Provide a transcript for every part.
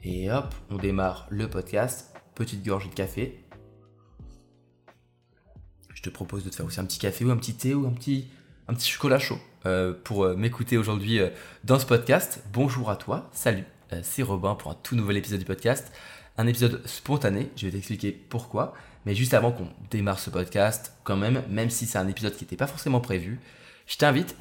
Et hop, on démarre le podcast. Petite gorgée de café. Je te propose de te faire aussi un petit café ou un petit thé ou un petit chocolat chaud pour m'écouter aujourd'hui dans ce podcast. Bonjour à toi, salut, c'est Robin pour un tout nouvel épisode du podcast. Un épisode spontané, je vais t'expliquer pourquoi. Mais juste avant qu'on démarre ce podcast, quand même si c'est un épisode qui n'était pas forcément prévu, je t'invite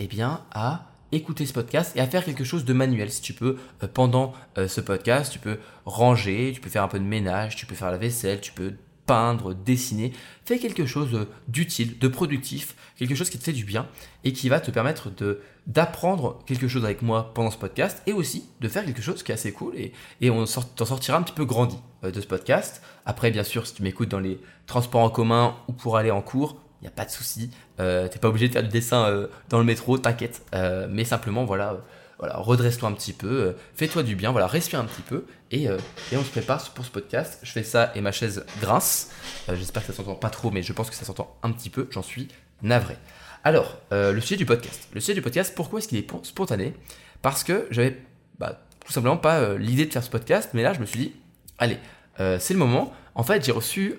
à écouter ce podcast et à faire quelque chose de manuel. Si tu peux, pendant ce podcast, tu peux ranger, tu peux faire un peu de ménage, tu peux faire la vaisselle, tu peux peindre, dessiner. Fais quelque chose d'utile, de productif, quelque chose qui te fait du bien et qui va te permettre d'apprendre quelque chose avec moi pendant ce podcast et aussi de faire quelque chose qui est assez cool et t'en sortira un petit peu grandi de ce podcast. Après, bien sûr, si tu m'écoutes dans les transports en commun ou pour aller en cours, il n'y a pas de souci, t'es pas obligé de faire du dessin dans le métro, t'inquiète, mais simplement voilà, redresse-toi un petit peu, fais-toi du bien, respire un petit peu et on se prépare pour ce podcast. Je fais ça et ma chaise grince, j'espère que ça s'entend pas trop, mais je pense que ça s'entend un petit peu, j'en suis navré. Alors, le sujet du podcast, pourquoi est-ce qu'il est spontané ? Parce que j'avais tout simplement pas l'idée de faire ce podcast, mais là je me suis dit, allez, c'est le moment. En fait, j'ai reçu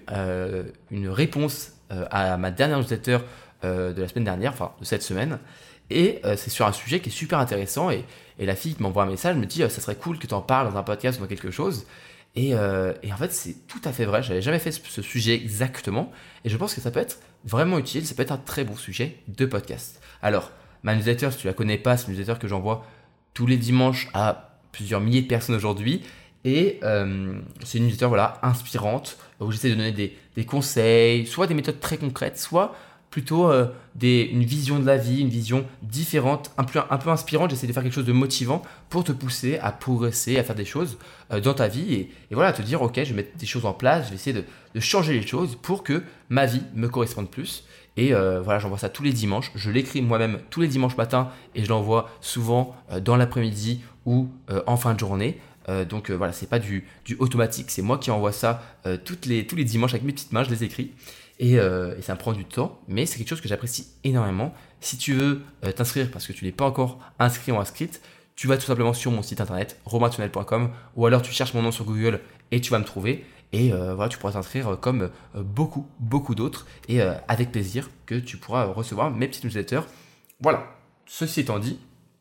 une réponse à ma dernière newsletter de la semaine dernière, enfin de cette semaine, et c'est sur un sujet qui est super intéressant, et la fille qui m'envoie un message me dit ça serait cool que tu en parles dans un podcast ou dans quelque chose, et en fait c'est tout à fait vrai, j'avais jamais fait ce sujet exactement, et je pense que ça peut être vraiment utile, ça peut être un très bon sujet de podcast. Alors, ma newsletter, si tu la connais pas, c'est une newsletter que j'envoie tous les dimanches à plusieurs milliers de personnes aujourd'hui, et c'est une newsletter inspirante où j'essaie de donner des conseils, soit des méthodes très concrètes, soit plutôt une vision de la vie, une vision différente, un peu inspirante. J'essaie de faire quelque chose de motivant pour te pousser à progresser, à faire des choses dans ta vie et te dire ok, je vais mettre des choses en place, je vais essayer de changer les choses pour que ma vie me corresponde plus. Et j'envoie ça tous les dimanches. Je l'écris moi-même tous les dimanches matin et je l'envoie souvent dans l'après-midi ou en fin de journée. Donc c'est pas du automatique, c'est moi qui envoie ça tous les dimanches avec mes petites mains, je les écris et ça me prend du temps, mais c'est quelque chose que j'apprécie énormément. Si tu veux t'inscrire parce que tu n'es pas encore inscrit ou inscrite, tu vas tout simplement sur mon site internet robintunnel.com ou alors tu cherches mon nom sur Google et tu vas me trouver et tu pourras t'inscrire comme beaucoup d'autres et avec plaisir que tu pourras recevoir mes petites newsletters. Voilà, ceci étant dit,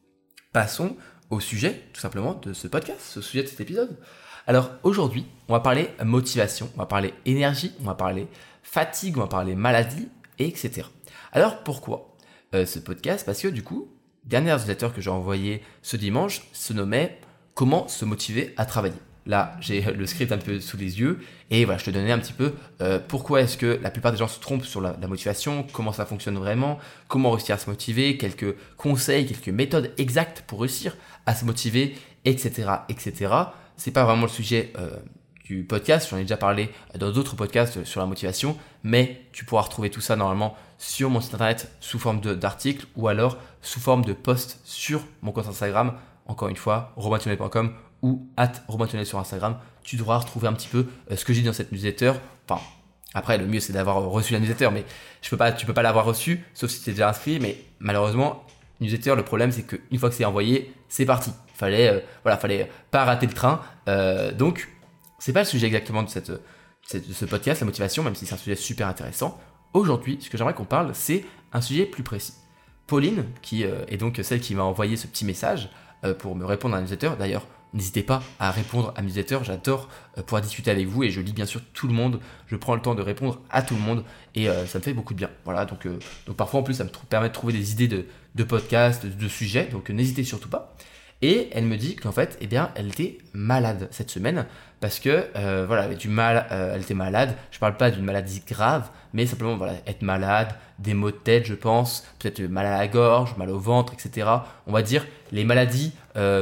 passons au sujet, tout simplement, de ce podcast, au sujet de cet épisode. Alors, aujourd'hui, on va parler motivation, on va parler énergie, on va parler fatigue, on va parler maladie, etc. Alors, pourquoi ce podcast ? Parce que, du coup, dernière newsletter que j'ai envoyée ce dimanche se nommait « Comment se motiver à travailler ». Là, j'ai le script un peu sous les yeux et je te donnais un petit peu pourquoi est-ce que la plupart des gens se trompent sur la motivation, comment ça fonctionne vraiment, comment réussir à se motiver, quelques conseils, quelques méthodes exactes pour réussir à se motiver, etc. C'est pas vraiment le sujet du podcast, j'en ai déjà parlé dans d'autres podcasts sur la motivation, mais tu pourras retrouver tout ça normalement sur mon site internet sous forme d'articles ou alors sous forme de posts sur mon compte Instagram, encore une fois, robintunnel.com ou @robintunnel sur Instagram, tu devras retrouver un petit peu ce que j'ai dit dans cette newsletter. Enfin, après, le mieux c'est d'avoir reçu la newsletter, mais tu peux pas l'avoir reçu, sauf si tu es déjà inscrit, mais malheureusement, newsletter, le problème c'est qu'une fois que c'est envoyé, c'est parti. Fallait pas rater le train. Donc, c'est pas le sujet exactement de ce podcast, la motivation, même si c'est un sujet super intéressant. Aujourd'hui, ce que j'aimerais qu'on parle, c'est un sujet plus précis. Pauline, qui est donc celle qui m'a envoyé ce petit message pour me répondre à la newsletter, d'ailleurs, n'hésitez pas à répondre à mes newsletters, j'adore pouvoir discuter avec vous et je lis bien sûr tout le monde, je prends le temps de répondre à tout le monde et ça me fait beaucoup de bien. Voilà, donc parfois en plus ça me permet de trouver des idées de podcasts, de sujets, donc n'hésitez surtout pas. Et elle me dit qu'en fait, elle était malade cette semaine parce que elle avait du mal, elle était malade. Je parle pas d'une maladie grave, mais simplement être malade, des maux de tête, je pense, peut-être mal à la gorge, mal au ventre, etc. On va dire les maladies.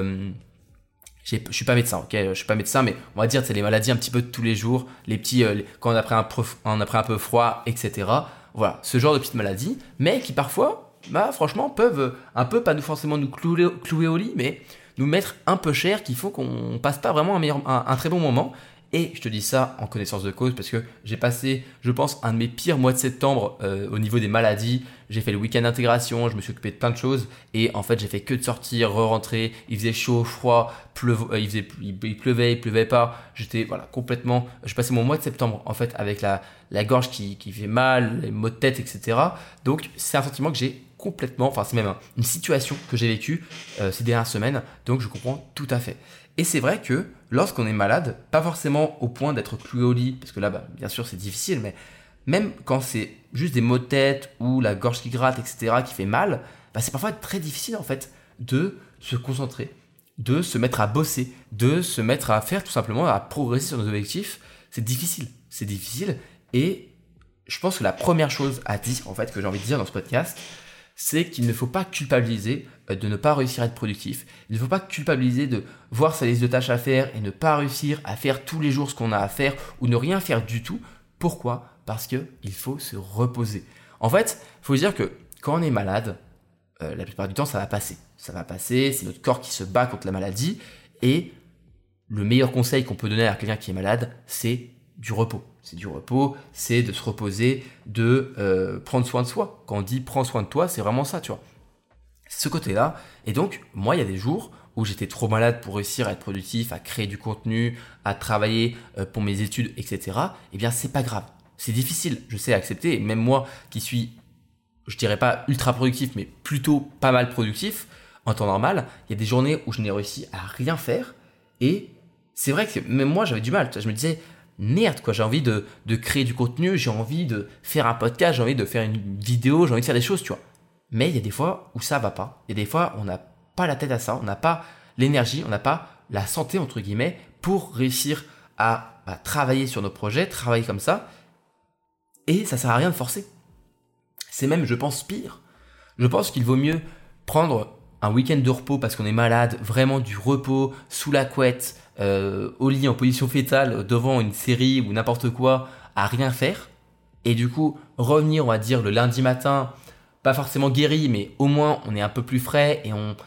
Je suis pas médecin, ok, je suis pas médecin, mais on va dire c'est les maladies un petit peu de tous les jours, les petits, quand on a pris un peu froid, etc. Voilà, ce genre de petites maladies, mais qui parfois, franchement, peuvent un peu pas forcément nous clouer au lit, mais nous mettre un peu cher, qu'il faut qu'on passe pas vraiment un très bon moment. Et je te dis ça en connaissance de cause parce que j'ai passé, je pense, un de mes pires mois de septembre au niveau des maladies. J'ai fait le week-end d'intégration, je me suis occupé de plein de choses et en fait j'ai fait que de sortir, re-rentrer. Il faisait chaud, froid, il pleuvait pas. J'étais complètement. Je passais mon mois de septembre en fait avec la gorge qui fait mal, les maux de tête, etc. Donc c'est un sentiment que j'ai complètement, enfin c'est même une situation que j'ai vécue ces dernières semaines. Donc je comprends tout à fait. Et c'est vrai que lorsqu'on est malade, pas forcément au point d'être cloué au lit, parce que là, bien sûr, c'est difficile, mais même quand c'est juste des maux de tête ou la gorge qui gratte, etc., qui fait mal, c'est parfois très difficile en fait de se concentrer, de se mettre à bosser, de se mettre à faire tout simplement, à progresser sur nos objectifs. C'est difficile. Et je pense que la première chose à dire, en fait, que j'ai envie de dire dans ce podcast, c'est qu'il ne faut pas culpabiliser de ne pas réussir à être productif. Il ne faut pas culpabiliser de voir sa liste de tâches à faire et ne pas réussir à faire tous les jours ce qu'on a à faire ou ne rien faire du tout. Pourquoi ? Parce qu'il faut se reposer. En fait, il faut dire que quand on est malade, la plupart du temps, ça va passer. Ça va passer, c'est notre corps qui se bat contre la maladie. Et le meilleur conseil qu'on peut donner à quelqu'un qui est malade, c'est du repos. C'est du repos, c'est de se reposer, de prendre soin de soi. Quand on dit prends soin de toi, c'est vraiment ça, tu vois. Ce côté-là. Et donc, moi, il y a des jours où j'étais trop malade pour réussir à être productif, à créer du contenu, à travailler pour mes études, etc. Eh bien, c'est pas grave. C'est difficile, je sais accepter. Et même moi qui suis, je dirais pas ultra productif, mais plutôt pas mal productif, en temps normal, il y a des journées où je n'ai réussi à rien faire. Et c'est vrai que même moi, j'avais du mal. Je me disais, merde, quoi, j'ai envie de créer du contenu, j'ai envie de faire un podcast, j'ai envie de faire une vidéo, j'ai envie de faire des choses, tu vois. Mais il y a des fois où ça va pas. Il y a des fois où on n'a pas la tête à ça, on n'a pas l'énergie, on n'a pas la santé, entre guillemets, pour réussir à travailler sur nos projets, travailler comme ça. Et ça sert à rien de forcer. C'est même, je pense, pire. Je pense qu'il vaut mieux prendre un week-end de repos parce qu'on est malade, vraiment du repos, sous la couette, au lit en position fétale, devant une série ou n'importe quoi, à rien faire. Et du coup, revenir, on va dire, le lundi matin, pas forcément guéri, mais au moins on est un peu plus frais et on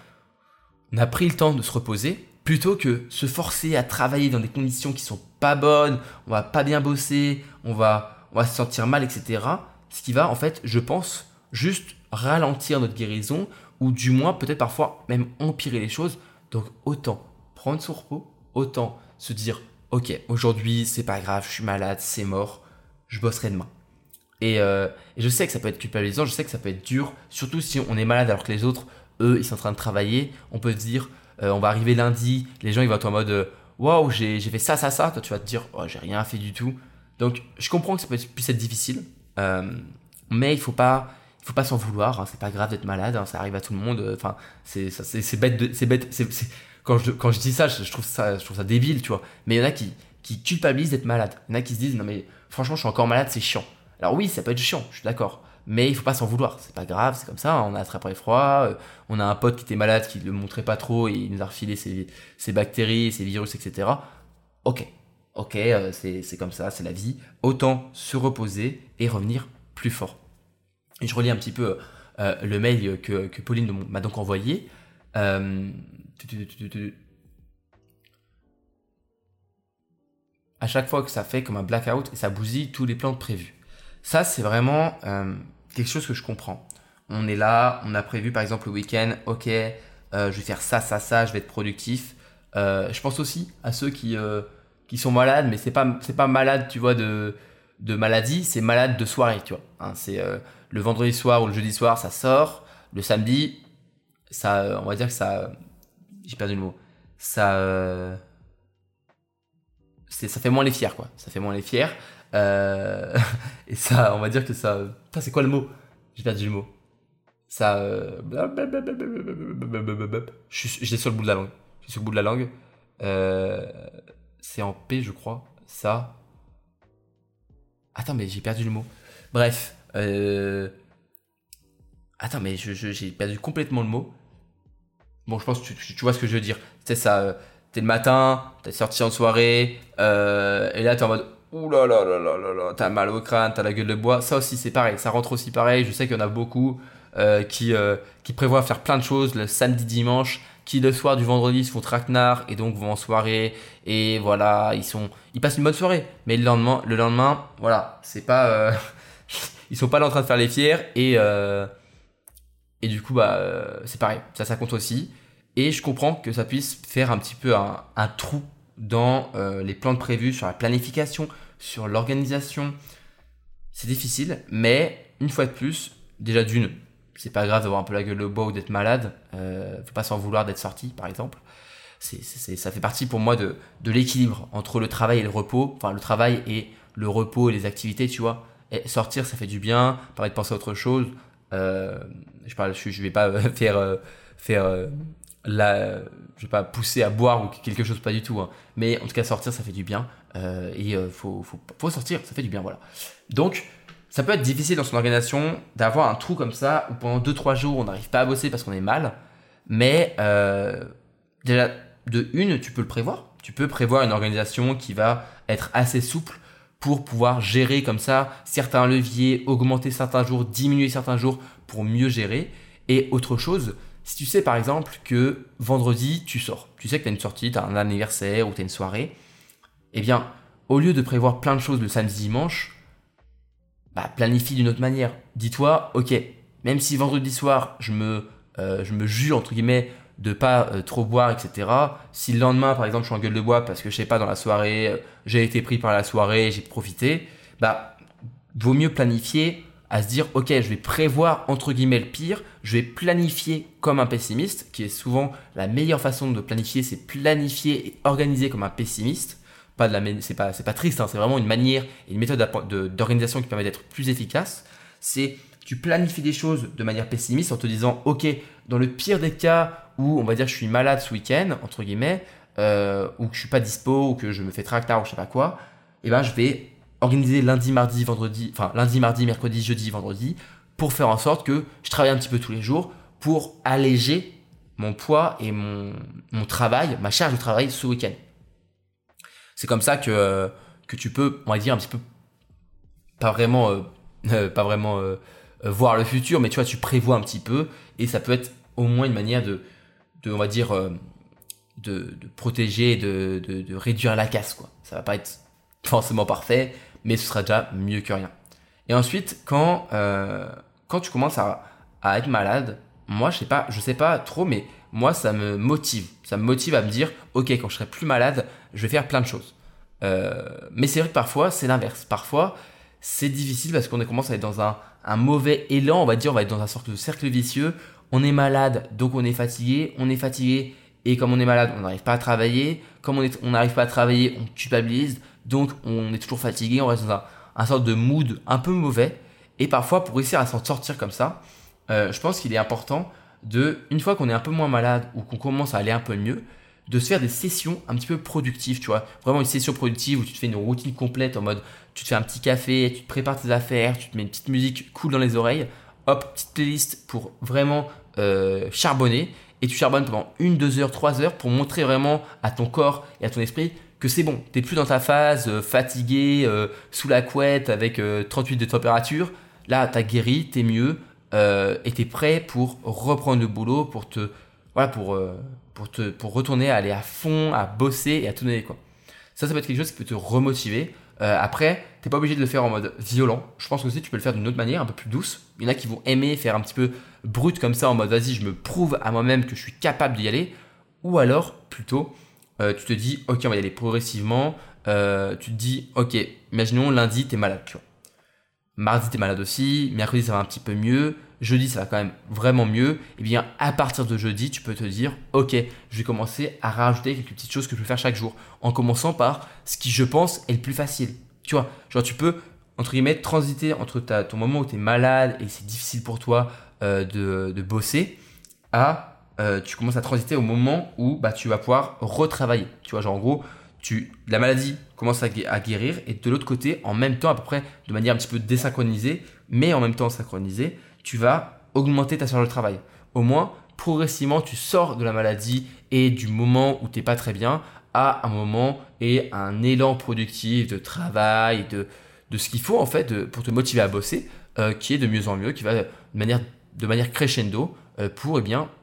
a pris le temps de se reposer, plutôt que se forcer à travailler dans des conditions qui sont pas bonnes, on va pas bien bosser, on va se sentir mal, etc. Ce qui va, en fait, je pense, juste ralentir notre guérison, ou du moins peut-être parfois même empirer les choses. Donc autant prendre son repos, autant se dire ok, aujourd'hui c'est pas grave, je suis malade, c'est mort, je bosserai demain. Et je sais que ça peut être culpabilisant, je sais que ça peut être dur, surtout si on est malade alors que les autres, eux, ils sont en train de travailler. On peut se dire, on va arriver lundi, les gens ils vont être en mode waouh, j'ai fait ça, toi tu vas te dire, oh, j'ai rien fait du tout. Donc je comprends que ça puisse être difficile, mais il faut pas s'en vouloir, hein, c'est pas grave d'être malade, hein, ça arrive à tout le monde. Enfin, c'est bête, quand je dis ça, je trouve ça débile, tu vois. Mais il y en a qui culpabilisent d'être malade. Il y en a qui se disent non mais franchement je suis encore malade, c'est chiant. Alors oui, ça peut être chiant, je suis d'accord. Mais il faut pas s'en vouloir, c'est pas grave, c'est comme ça, on a attrapé froid, on a un pote qui était malade, qui le montrait pas trop, et il nous a refilé ses bactéries, ses virus, etc. Ok, c'est comme ça, c'est la vie. Autant se reposer et revenir plus fort. Et je relis un petit peu le mail que Pauline m'a donc envoyé. À chaque fois que ça fait comme un blackout et ça bousille tous les plans prévus. Ça, c'est vraiment quelque chose que je comprends. On est là, on a prévu par exemple le week-end, ok, je vais faire ça, je vais être productif. Je pense aussi à ceux qui sont malades, mais c'est pas malade, tu vois, de maladie, c'est malade de soirée, tu vois. Hein, c'est le vendredi soir ou le jeudi soir, ça sort. Le samedi, ça, on va dire que ça, j'ai perdu le mot. Ça fait moins les fiers, quoi. Ça fait moins les fiers. Et ça, on va dire que ça. Putain, c'est quoi le mot ? J'ai perdu le mot. Ça. J'étais sur le bout de la langue. Je suis sur le bout de la langue. C'est en P, je crois. Ça. Attends, mais j'ai perdu le mot. Bref. Attends, mais j'ai perdu complètement le mot. Bon, je pense que tu vois ce que je veux dire. Tu sais, ça. T'es le matin, t'es sorti en soirée, et là t'es en mode ouh là là là là là là, t'as mal au crâne, t'as la gueule de bois. Ça aussi c'est pareil, ça rentre aussi pareil. Je sais qu'il y en a beaucoup qui prévoient faire plein de choses le samedi, dimanche, qui le soir du vendredi se font traquenard et donc vont en soirée et voilà, ils passent une bonne soirée. Mais le lendemain, voilà, c'est pas, ils sont pas là en train de faire les fiers et du coup, c'est pareil, ça compte aussi. Et je comprends que ça puisse faire un petit peu un trou dans les plans de prévus, sur la planification, sur l'organisation. C'est difficile, mais une fois de plus, déjà d'une, c'est pas grave d'avoir un peu la gueule au bois ou d'être malade. Faut pas s'en vouloir d'être sorti, par exemple. Ça fait partie pour moi de l'équilibre entre le travail et le repos. Enfin, le travail et le repos et les activités, tu vois. Et sortir, ça fait du bien, permet de penser à autre chose. Je vais pas je vais pas pousser à boire ou quelque chose, pas du tout. Hein. Mais en tout cas, sortir, ça fait du bien. Faut sortir, ça fait du bien, voilà. Donc, ça peut être difficile dans son organisation d'avoir un trou comme ça où pendant 2-3 jours, on n'arrive pas à bosser parce qu'on est mal. Mais déjà, de une, tu peux le prévoir. Tu peux prévoir une organisation qui va être assez souple pour pouvoir gérer comme ça certains leviers, augmenter certains jours, diminuer certains jours pour mieux gérer. Et autre chose, si tu sais par exemple que vendredi, tu sors, tu sais que tu as une sortie, tu as un anniversaire ou tu as une soirée, eh bien, au lieu de prévoir plein de choses le samedi, dimanche, planifie d'une autre manière. Dis-toi, ok, même si vendredi soir, je me jure, entre guillemets, de pas trop boire, etc. Si le lendemain, par exemple, je suis en gueule de bois parce que, je sais pas, dans la soirée, j'ai été pris par la soirée, j'ai profité, vaut mieux planifier à se dire, ok, je vais prévoir, entre guillemets, le pire, je vais planifier comme un pessimiste, qui est souvent la meilleure façon de planifier, c'est planifier et organiser comme un pessimiste. C'est pas triste, hein, c'est vraiment une manière et une méthode d'organisation qui permet d'être plus efficace. C'est tu planifies des choses de manière pessimiste en te disant, ok, dans le pire des cas où on va dire je suis malade ce week-end, entre guillemets, ou que je suis pas dispo, ou que je me fais tractard ou je sais pas quoi, je vais organiser lundi, mardi, mercredi, jeudi, vendredi, pour faire en sorte que je travaille un petit peu tous les jours pour alléger mon poids et mon travail, ma charge de travail ce week-end. C'est comme ça que tu peux, on va dire, un petit peu, pas vraiment voir le futur, mais tu vois, tu prévois un petit peu et ça peut être au moins une manière de on va dire, de protéger, de réduire la casse, quoi. Ça va pas être forcément parfait, mais ce sera déjà mieux que rien. Et ensuite, quand tu commences à être malade, moi, je sais pas trop, mais moi, ça me motive. Ça me motive à me dire, ok, quand je serai plus malade, je vais faire plein de choses. Mais c'est vrai que parfois, c'est l'inverse. Parfois, c'est difficile parce qu'on commence à être dans un mauvais élan, on va être dans un sorte de cercle vicieux. On est malade, donc on est fatigué. On est fatigué, et comme on est malade, on n'arrive pas à travailler. Comme on n'arrive pas à travailler, on culpabilise. Donc on est toujours fatigué, on reste dans un sorte de mood un peu mauvais. Et parfois, pour réussir à s'en sortir comme ça, je pense qu'il est important une fois qu'on est un peu moins malade ou qu'on commence à aller un peu mieux, de se faire des sessions un petit peu productives, tu vois. Vraiment une session productive où tu te fais une routine complète en mode, tu te fais un petit café, tu te prépares tes affaires, tu te mets une petite musique cool dans les oreilles, hop, petite playlist pour vraiment charbonner. Et tu charbonnes pendant 1, 2 heures, 3 heures pour montrer vraiment à ton corps et à ton esprit que c'est bon. Tu n'es plus dans ta phase fatigué, sous la couette avec 38 de température. Là, tu as guéri, tu es mieux et tu es prêt pour reprendre le boulot, pour retourner à aller à fond, à bosser et à tout donner, quoi. Ça peut être quelque chose qui peut te remotiver. Après, t'es pas obligé de le faire en mode violent. Je pense aussi que tu peux le faire d'une autre manière, un peu plus douce. Il y en a qui vont aimer faire un petit peu brut comme ça, en mode vas-y, je me prouve à moi-même que je suis capable d'y aller. Ou alors, plutôt, tu te dis, ok, on va y aller progressivement. Tu te dis, ok, imaginons lundi, t'es malade, tu vois. Mardi, t'es malade aussi. Mercredi, ça va un petit peu mieux. Jeudi, ça va quand même vraiment mieux. Et bien, à partir de jeudi, tu peux te dire, ok, je vais commencer à rajouter quelques petites choses que je peux faire chaque jour. En commençant par ce qui, je pense, est le plus facile. Tu vois, genre tu peux, entre guillemets, transiter entre ton moment où tu es malade et c'est difficile pour toi de bosser tu commences à transiter au moment où tu vas pouvoir retravailler. Tu vois, genre en gros, la maladie commence à guérir et de l'autre côté, en même temps, à peu près de manière un petit peu désynchronisée, mais en même temps synchronisée, tu vas augmenter ta charge de travail. Au moins, progressivement, tu sors de la maladie et du moment où tu n'es pas très bien à un moment et un élan productif de travail, de ce qu'il faut en fait pour te motiver à bosser, qui est de mieux en mieux, qui va de manière crescendo pour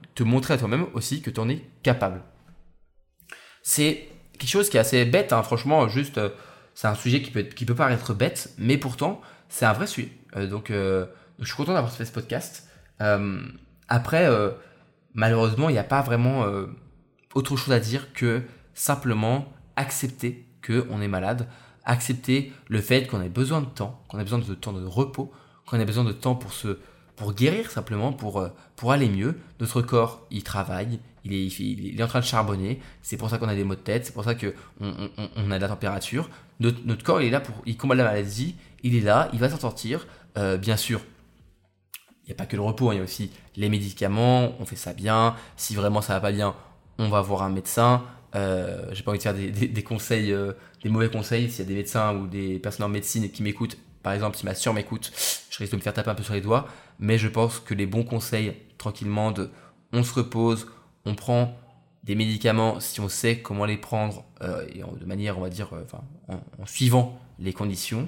te montrer à toi-même aussi que tu en es capable. C'est quelque chose qui est assez bête, hein, franchement, juste, c'est un sujet qui peut paraître bête, mais pourtant, c'est un vrai sujet. Donc, je suis content d'avoir fait ce podcast. Après, malheureusement, il n'y a pas vraiment autre chose à dire que simplement accepter qu'on est malade, accepter le fait qu'on ait besoin de temps, qu'on a besoin de temps de repos, qu'on a besoin de temps pour guérir simplement, pour aller mieux. Notre corps, il travaille, il est en train de charbonner, c'est pour ça qu'on a des maux de tête, c'est pour ça qu'on a de la température. Notre corps, il est là il combat la maladie, il est là, il va s'en sortir. Bien sûr, il n'y a pas que le repos, il y a aussi les médicaments, on fait ça bien. Si vraiment ça va pas bien, on va voir un médecin. J'ai pas envie de faire des conseils, des mauvais conseils. S'il y a des médecins ou des personnes en médecine qui m'écoutent, par exemple, si ma soeur m'écoute, je risque de me faire taper un peu sur les doigts. Mais je pense que les bons conseils, tranquillement, on se repose, on prend des médicaments si on sait comment les prendre et de manière, on va dire, en suivant les conditions.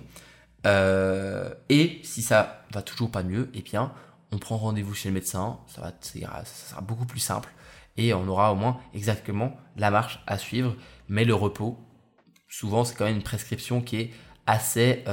Et si ça va toujours pas mieux, eh bien, on prend rendez-vous chez le médecin, ça sera beaucoup plus simple et on aura au moins exactement la marche à suivre. Mais le repos, souvent, c'est quand même une prescription qui est assez,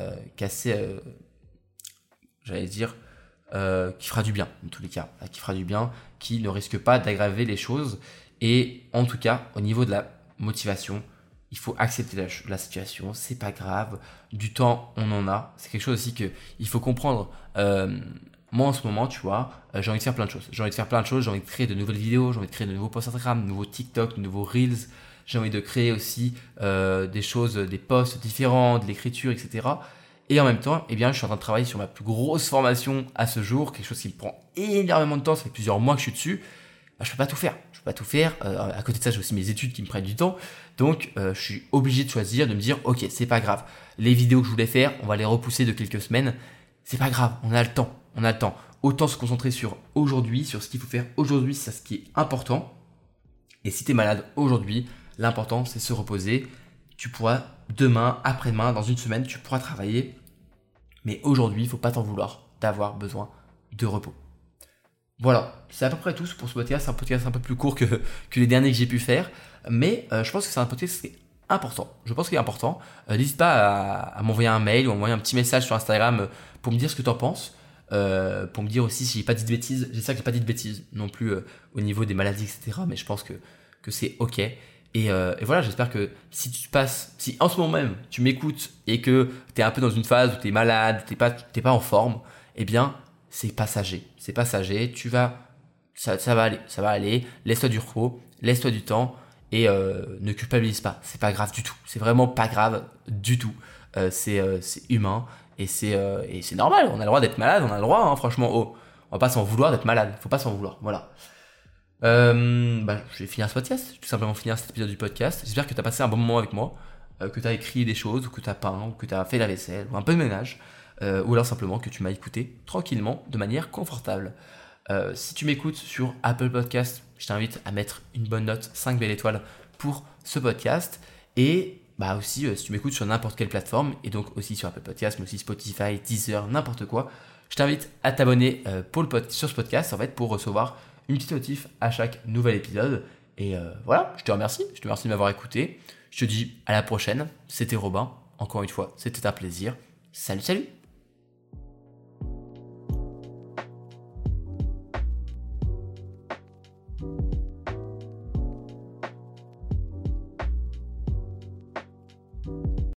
j'allais dire, qui fera du bien, dans tous les cas, qui fera du bien, qui ne risque pas d'aggraver les choses. Et en tout cas, au niveau de la motivation, il faut accepter la situation, c'est pas grave, du temps on en a, c'est quelque chose aussi que il faut comprendre. Moi en ce moment, tu vois, j'ai envie de faire plein de choses. J'ai envie de créer de nouvelles vidéos, j'ai envie de créer de nouveaux posts Instagram, de nouveaux TikTok, de nouveaux Reels. J'ai envie de créer aussi des choses, des posts différents, de l'écriture, etc. Et en même temps, eh bien, je suis en train de travailler sur ma plus grosse formation à ce jour, quelque chose qui me prend énormément de temps, ça fait plusieurs mois que je suis dessus. Bah, je peux pas tout faire. À côté de ça, j'ai aussi mes études qui me prennent du temps. Donc, je suis obligé de choisir, de me dire, ok, c'est pas grave. Les vidéos que je voulais faire, on va les repousser de quelques semaines. C'est pas grave, on a le temps. Autant se concentrer sur aujourd'hui, sur ce qu'il faut faire aujourd'hui, c'est ce qui est important. Et si tu es malade aujourd'hui, l'important, c'est se reposer. Tu pourras demain, après-demain, dans une semaine, tu pourras travailler. Mais aujourd'hui, il ne faut pas t'en vouloir d'avoir besoin de repos. Voilà, c'est à peu près tout pour ce podcast. C'est un podcast un peu plus court que les derniers que j'ai pu faire. Mais je pense que c'est un podcast qui est important. Je pense qu'il est important. N'hésite pas à m'envoyer un mail ou à m'envoyer un petit message sur Instagram pour me dire ce que tu en penses. Pour me dire aussi si j'ai pas dit de bêtises. J'espère que j'ai pas dit de bêtises non plus au niveau des maladies, etc. Mais je pense que c'est ok. Et voilà, j'espère que si en ce moment même tu m'écoutes et que tu es un peu dans une phase où tu es malade, t'es pas en forme, eh bien c'est passager. Ça va aller. Laisse-toi du repos, laisse-toi du temps et ne culpabilise pas. C'est pas grave du tout. C'est vraiment pas grave du tout. C'est humain et c'est normal. On a le droit d'être malade, on a le droit, hein, franchement. Oh, on va pas s'en vouloir d'être malade. Faut pas s'en vouloir. Voilà. Je vais finir ce podcast, tout simplement finir cet épisode du podcast. J'espère que tu as passé un bon moment avec moi, que tu as écrit des choses, ou que tu as peint, ou que tu as fait la vaisselle, ou un peu de ménage, ou alors simplement que tu m'as écouté tranquillement, de manière confortable. Si tu m'écoutes sur Apple Podcast, je t'invite à mettre une bonne note, 5 belles étoiles pour ce podcast. Et aussi, si tu m'écoutes sur n'importe quelle plateforme, et donc aussi sur Apple Podcast, mais aussi Spotify, Deezer, n'importe quoi, je t'invite à t'abonner sur ce podcast, en fait, pour recevoir une petite notif à chaque nouvel épisode. Et voilà, je te remercie de m'avoir écouté. Je te dis à la prochaine. C'était Robin. Encore une fois, c'était un plaisir. Salut.